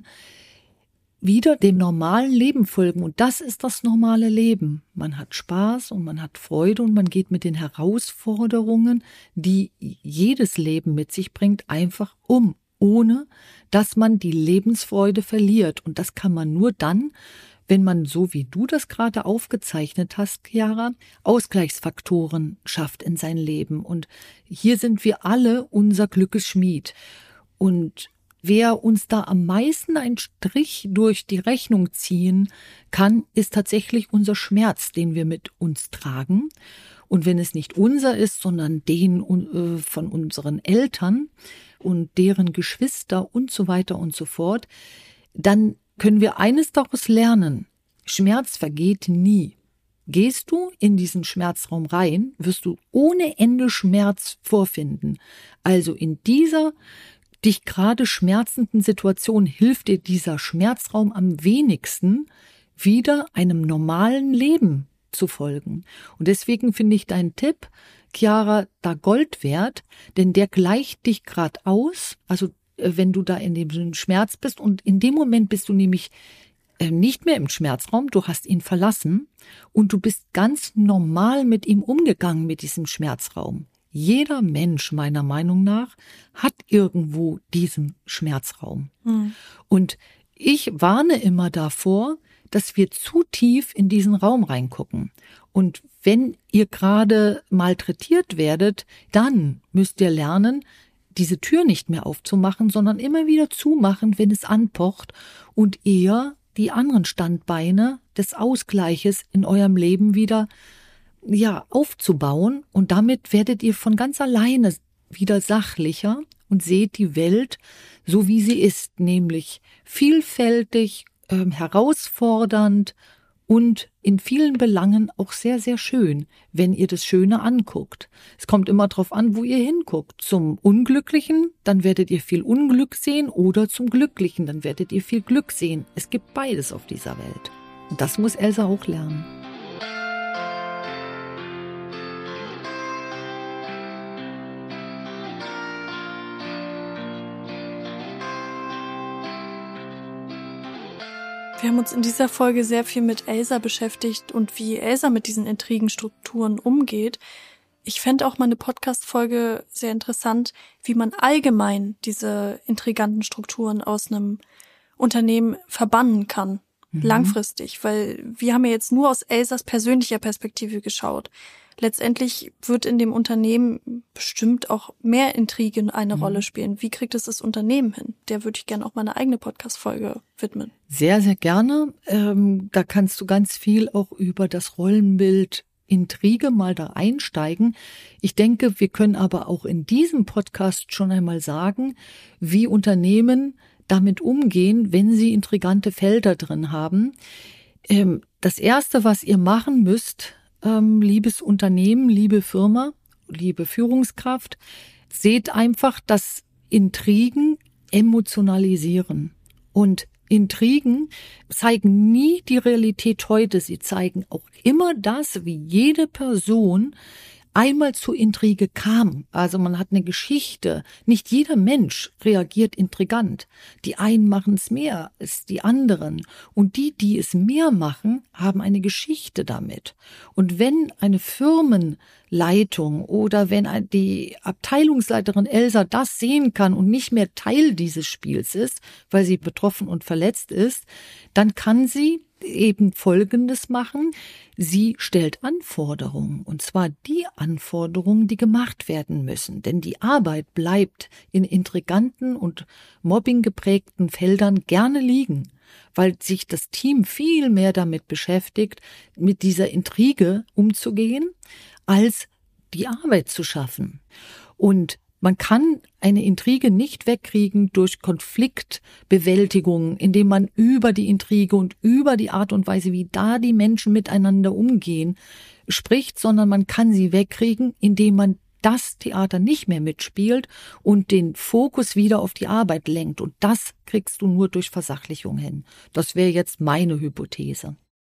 wieder dem normalen Leben folgen. Und das ist das normale Leben. Man hat Spaß und man hat Freude und man geht mit den Herausforderungen, die jedes Leben mit sich bringt, einfach um, ohne dass man die Lebensfreude verliert. Und das kann man nur dann, wenn man, so wie du das gerade aufgezeichnet hast, Chiara, Ausgleichsfaktoren schafft in sein Leben. Und hier sind wir alle unser Glückes Schmied. Und wer uns da am meisten einen Strich durch die Rechnung ziehen kann, ist tatsächlich unser Schmerz, den wir mit uns tragen. Und wenn es nicht unser ist, sondern den von unseren Eltern und deren Geschwister und so weiter und so fort, dann können wir eines daraus lernen: Schmerz vergeht nie. Gehst du in diesen Schmerzraum rein, wirst du ohne Ende Schmerz vorfinden. Also in dieser dich gerade schmerzenden Situation hilft dir dieser Schmerzraum am wenigsten, wieder einem normalen Leben zu folgen. Und deswegen finde ich deinen Tipp, Chiara, da Gold wert, denn der gleicht dich gerade aus. Also wenn du da in dem Schmerz bist, und in dem Moment bist du nämlich nicht mehr im Schmerzraum, du hast ihn verlassen und du bist ganz normal mit ihm umgegangen, mit diesem Schmerzraum. Jeder Mensch, meiner Meinung nach, hat irgendwo diesen Schmerzraum. Und ich warne immer davor, dass wir zu tief in diesen Raum reingucken. Und wenn ihr gerade malträtiert werdet, dann müsst ihr lernen, diese Tür nicht mehr aufzumachen, sondern immer wieder zumachen, wenn es anpocht, und eher die anderen Standbeine des Ausgleiches in eurem Leben wieder aufzubauen. Und damit werdet ihr von ganz alleine wieder sachlicher und seht die Welt so, wie sie ist, nämlich vielfältig, herausfordernd und in vielen Belangen auch sehr, sehr schön, wenn ihr das Schöne anguckt. Es kommt immer darauf an, wo ihr hinguckt. Zum Unglücklichen, dann werdet ihr viel Unglück sehen, oder zum Glücklichen, dann werdet ihr viel Glück sehen. Es gibt beides auf dieser Welt. Und das muss Elsa auch lernen. Wir haben uns in dieser Folge sehr viel mit Elsa beschäftigt und wie Elsa mit diesen Intrigenstrukturen umgeht. Ich fände auch mal eine Podcast-Folge sehr interessant, wie man allgemein diese intriganten Strukturen aus einem Unternehmen verbannen kann, langfristig. Weil wir haben ja jetzt nur aus Elsas persönlicher Perspektive geschaut. Letztendlich wird in dem Unternehmen bestimmt auch mehr Intrigen eine Rolle spielen. Wie kriegt es das Unternehmen hin? Der würde ich gerne auch mal eine eigene Podcast-Folge widmen. Sehr, sehr gerne. Da kannst du ganz viel auch über das Rollenbild Intrige mal da einsteigen. Ich denke, wir können aber auch in diesem Podcast schon einmal sagen, wie Unternehmen damit umgehen, wenn sie intrigante Felder drin haben. Das Erste, was ihr machen müsst, liebes Unternehmen, liebe Firma, liebe Führungskraft, seht einfach, dass Intrigen emotionalisieren. Und Intrigen zeigen nie die Realität heute. Sie zeigen auch immer das, wie jede Person einmal zur Intrige kam. Also man hat eine Geschichte. Nicht jeder Mensch reagiert intrigant. Die einen machen es mehr als die anderen. Und die es mehr machen, haben eine Geschichte damit. Und wenn eine Firmenleitung oder wenn die Abteilungsleiterin Elsa das sehen kann und nicht mehr Teil dieses Spiels ist, weil sie betroffen und verletzt ist, dann kann sie eben Folgendes machen. Sie stellt Anforderungen, und zwar die Anforderungen, die gemacht werden müssen. Denn die Arbeit bleibt in intriganten und mobbinggeprägten Feldern gerne liegen, weil sich das Team viel mehr damit beschäftigt, mit dieser Intrige umzugehen, als die Arbeit zu schaffen. Und man kann eine Intrige nicht wegkriegen durch Konfliktbewältigung, indem man über die Intrige und über die Art und Weise, wie da die Menschen miteinander umgehen, spricht, sondern man kann sie wegkriegen, indem man das Theater nicht mehr mitspielt und den Fokus wieder auf die Arbeit lenkt. Und das kriegst du nur durch Versachlichung hin. Das wäre jetzt meine Hypothese.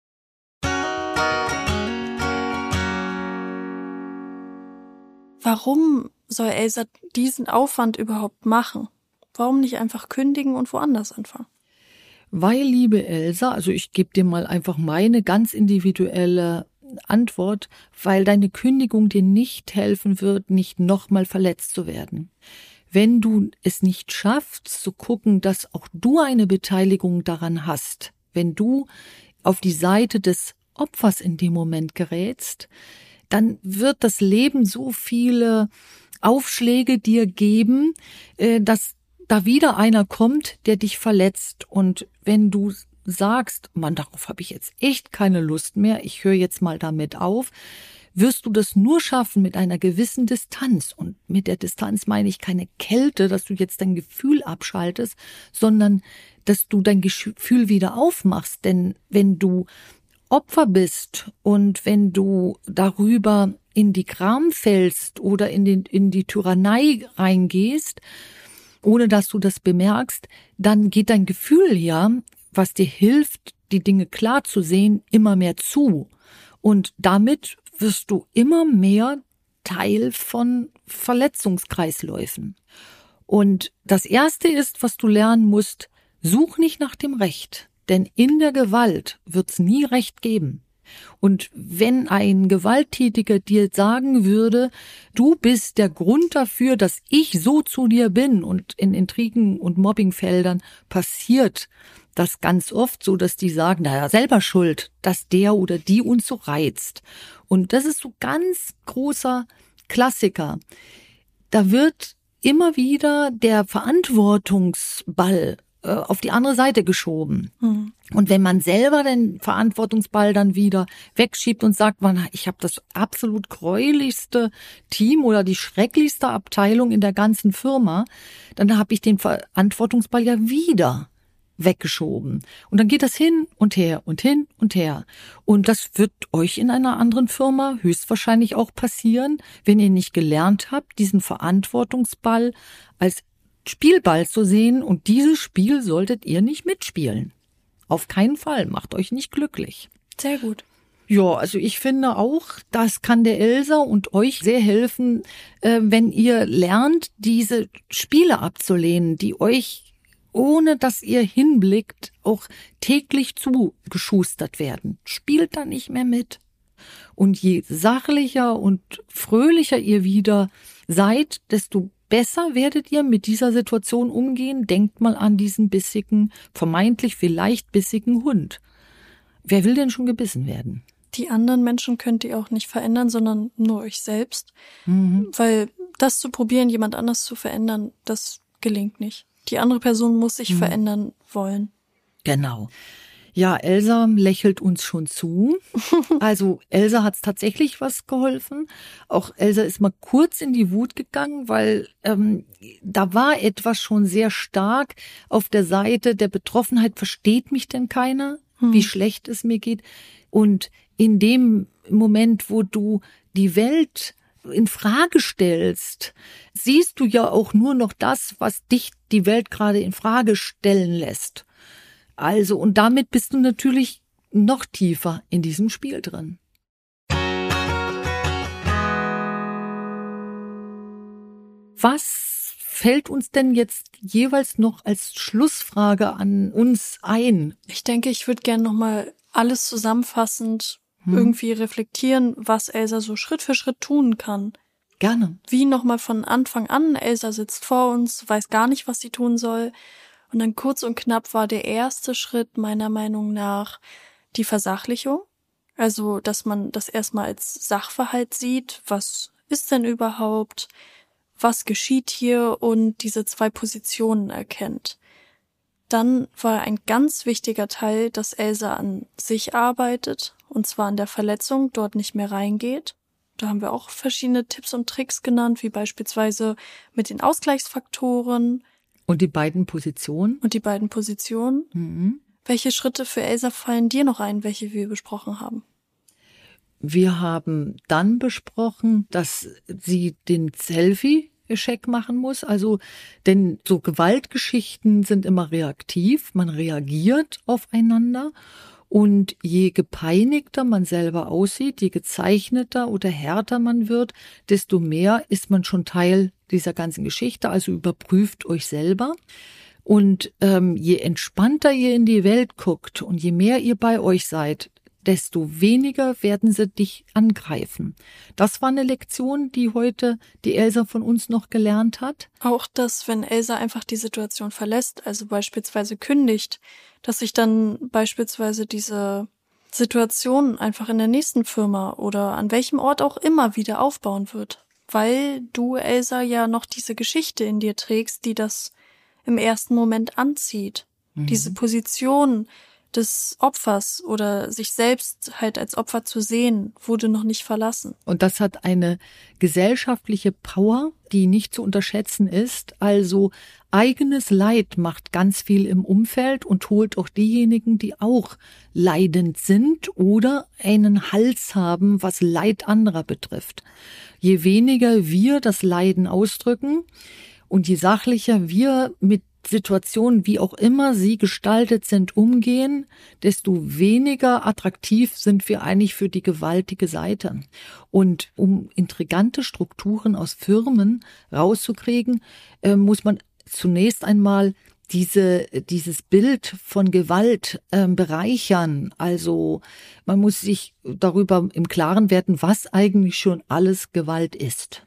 Warum soll Elsa diesen Aufwand überhaupt machen? Warum nicht einfach kündigen und woanders anfangen? Weil, liebe Elsa, also ich gebe dir mal einfach meine ganz individuelle Antwort, weil deine Kündigung dir nicht helfen wird, nicht nochmal verletzt zu werden. Wenn du es nicht schaffst, zu gucken, dass auch du eine Beteiligung daran hast, wenn du auf die Seite des Opfers in dem Moment gerätst, dann wird das Leben so viele Aufschläge dir geben, dass da wieder einer kommt, der dich verletzt. Und wenn du sagst, Mann, darauf habe ich jetzt echt keine Lust mehr, ich höre jetzt mal damit auf, wirst du das nur schaffen mit einer gewissen Distanz. Und mit der Distanz meine ich keine Kälte, dass du jetzt dein Gefühl abschaltest, sondern dass du dein Gefühl wieder aufmachst. Denn wenn du Opfer bist und wenn du darüber in die Gram fällst oder in die Tyrannei reingehst, ohne dass du das bemerkst, dann geht dein Gefühl ja, was dir hilft, die Dinge klar zu sehen, immer mehr zu. Und damit wirst du immer mehr Teil von Verletzungskreisläufen. Und das Erste ist, was du lernen musst, such nicht nach dem Recht, denn in der Gewalt wird's nie Recht geben. Und wenn ein Gewalttätiger dir sagen würde, du bist der Grund dafür, dass ich so zu dir bin, und in Intrigen und Mobbingfeldern passiert das ganz oft so, dass die sagen, naja, selber schuld, dass der oder die uns so reizt. Und das ist so ganz großer Klassiker. Da wird immer wieder der Verantwortungsball auf die andere Seite geschoben. Und wenn man selber den Verantwortungsball dann wieder wegschiebt und sagt, man, ich habe das absolut gräulichste Team oder die schrecklichste Abteilung in der ganzen Firma, dann habe ich den Verantwortungsball ja wieder weggeschoben. Und dann geht das hin und her und hin und her. Und das wird euch in einer anderen Firma höchstwahrscheinlich auch passieren, wenn ihr nicht gelernt habt, diesen Verantwortungsball als Spielball zu sehen, und dieses Spiel solltet ihr nicht mitspielen. Auf keinen Fall, macht euch nicht glücklich. Sehr gut. Ja, also ich finde auch, das kann der Elsa und euch sehr helfen, wenn ihr lernt, diese Spiele abzulehnen, die euch, ohne dass ihr hinblickt, auch täglich zugeschustert werden. Spielt da nicht mehr mit. Und je sachlicher und fröhlicher ihr wieder seid, desto besser werdet ihr mit dieser Situation umgehen. Denkt mal an diesen bissigen, vermeintlich vielleicht bissigen Hund. Wer will denn schon gebissen werden? Die anderen Menschen könnt ihr auch nicht verändern, sondern nur euch selbst. Weil das zu probieren, jemand anders zu verändern, das gelingt nicht. Die andere Person muss sich verändern wollen. Genau. Ja, Elsa lächelt uns schon zu. Also Elsa hat's tatsächlich was geholfen. Auch Elsa ist mal kurz in die Wut gegangen, weil da war etwas schon sehr stark auf der Seite der Betroffenheit. Versteht mich denn keiner, wie schlecht es mir geht? Und in dem Moment, wo du die Welt in Frage stellst, siehst du ja auch nur noch das, was dich die Welt gerade in Frage stellen lässt. Also, und damit bist du natürlich noch tiefer in diesem Spiel drin. Was fällt uns denn jetzt jeweils noch als Schlussfrage an uns ein? Ich denke, ich würde gerne nochmal alles zusammenfassend irgendwie reflektieren, was Elsa so Schritt für Schritt tun kann. Gerne. Wie nochmal von Anfang an, Elsa sitzt vor uns, weiß gar nicht, was sie tun soll. Und dann kurz und knapp war der erste Schritt meiner Meinung nach die Versachlichung. Also, dass man das erstmal als Sachverhalt sieht. Was ist denn überhaupt? Was geschieht hier? Und diese zwei Positionen erkennt. Dann war ein ganz wichtiger Teil, dass Elsa an sich arbeitet. Und zwar an der Verletzung, dort nicht mehr reingeht. Da haben wir auch verschiedene Tipps und Tricks genannt, wie beispielsweise mit den Ausgleichsfaktoren. Und die beiden Positionen? Welche Schritte für Elsa fallen dir noch ein, welche wir besprochen haben? Wir haben dann besprochen, dass sie den Selfie-Check machen muss. Also, denn so Gewaltgeschichten sind immer reaktiv. Man reagiert aufeinander. Und je gepeinigter man selber aussieht, je gezeichneter oder härter man wird, desto mehr ist man schon Teil dieser ganzen Geschichte. Also überprüft euch selber. Und je entspannter ihr in die Welt guckt und je mehr ihr bei euch seid, desto weniger werden sie dich angreifen. Das war eine Lektion, die heute die Elsa von uns noch gelernt hat. Auch, dass wenn Elsa einfach die Situation verlässt, also beispielsweise kündigt, dass sich dann beispielsweise diese Situation einfach in der nächsten Firma oder an welchem Ort auch immer wieder aufbauen wird. Weil du, Elsa, ja noch diese Geschichte in dir trägst, die das im ersten Moment anzieht. Diese Position des Opfers oder sich selbst halt als Opfer zu sehen, wurde noch nicht verlassen. Und das hat eine gesellschaftliche Power, die nicht zu unterschätzen ist. Also eigenes Leid macht ganz viel im Umfeld und holt auch diejenigen, die auch leidend sind oder einen Hals haben, was Leid anderer betrifft. Je weniger wir das Leiden ausdrücken und je sachlicher wir mit Situationen, wie auch immer sie gestaltet sind, umgehen, desto weniger attraktiv sind wir eigentlich für die gewaltige Seite. Und um intrigante Strukturen aus Firmen rauszukriegen, muss man zunächst einmal dieses Bild von Gewalt bereichern. Also man muss sich darüber im Klaren werden, was eigentlich schon alles Gewalt ist.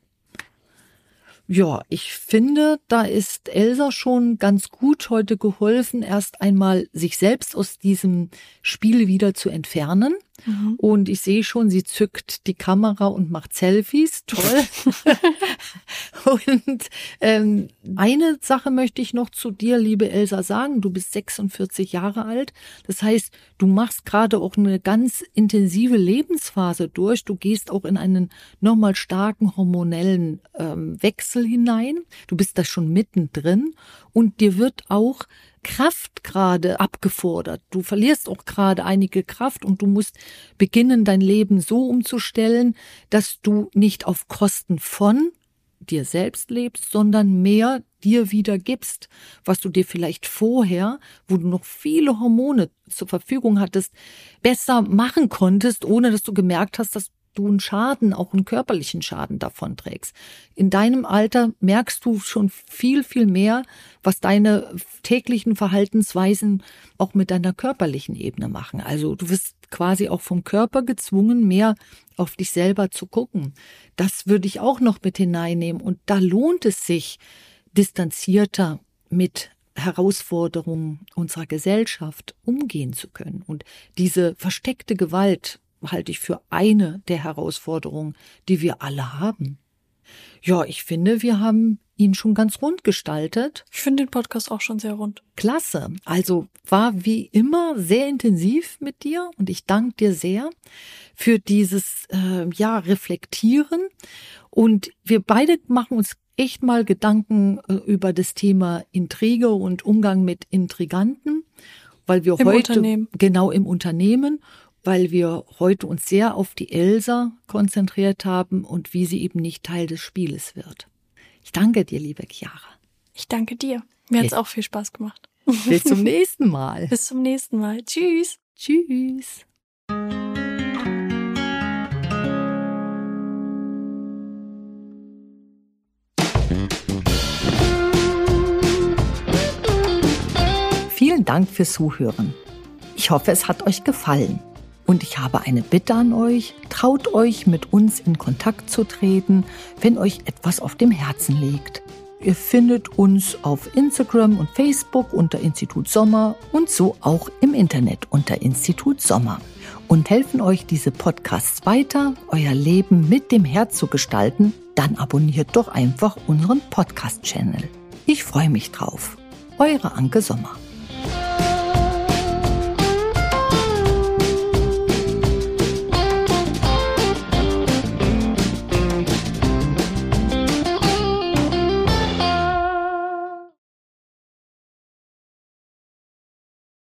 Ja, ich finde, da ist Elsa schon ganz gut heute geholfen, erst einmal sich selbst aus diesem Spiel wieder zu entfernen. Und ich sehe schon, sie zückt die Kamera und macht Selfies. Toll. Und eine Sache möchte ich noch zu dir, liebe Elsa, sagen. Du bist 46 Jahre alt. Das heißt, du machst gerade auch eine ganz intensive Lebensphase durch. Du gehst auch in einen nochmal starken hormonellen Wechsel hinein. Du bist da schon mittendrin. Und dir wird auch Kraft gerade abgefordert. Du verlierst auch gerade einige Kraft und du musst beginnen, dein Leben so umzustellen, dass du nicht auf Kosten von dir selbst lebst, sondern mehr dir wieder gibst, was du dir vielleicht vorher, wo du noch viele Hormone zur Verfügung hattest, besser machen konntest, ohne dass du gemerkt hast, dass du einen Schaden, auch einen körperlichen Schaden davon trägst. In deinem Alter merkst du schon viel, viel mehr, was deine täglichen Verhaltensweisen auch mit deiner körperlichen Ebene machen. Also du wirst quasi auch vom Körper gezwungen, mehr auf dich selber zu gucken. Das würde ich auch noch mit hineinnehmen. Und da lohnt es sich, distanzierter mit Herausforderungen unserer Gesellschaft umgehen zu können. Und diese versteckte Gewalt halte ich für eine der Herausforderungen, die wir alle haben. Ja, ich finde, wir haben ihn schon ganz rund gestaltet. Ich finde den Podcast auch schon sehr rund. Klasse. Also war wie immer sehr intensiv mit dir und ich danke dir sehr für dieses Reflektieren. Und wir beide machen uns echt mal Gedanken über das Thema Intrige und Umgang mit Intriganten, weil wir im Unternehmen, weil wir heute uns sehr auf die Elsa konzentriert haben und wie sie eben nicht Teil des Spieles wird. Ich danke dir, liebe Chiara. Ich danke dir. Mir hat es auch viel Spaß gemacht. Bis zum nächsten Mal. Bis zum nächsten Mal. Tschüss. Tschüss. Vielen Dank fürs Zuhören. Ich hoffe, es hat euch gefallen. Und ich habe eine Bitte an euch, traut euch, mit uns in Kontakt zu treten, wenn euch etwas auf dem Herzen liegt. Ihr findet uns auf Instagram und Facebook unter Institut Sommer und so auch im Internet unter Institut Sommer. Und helfen euch diese Podcasts weiter, euer Leben mit dem Herz zu gestalten, dann abonniert doch einfach unseren Podcast-Channel. Ich freue mich drauf. Eure Anke Sommer.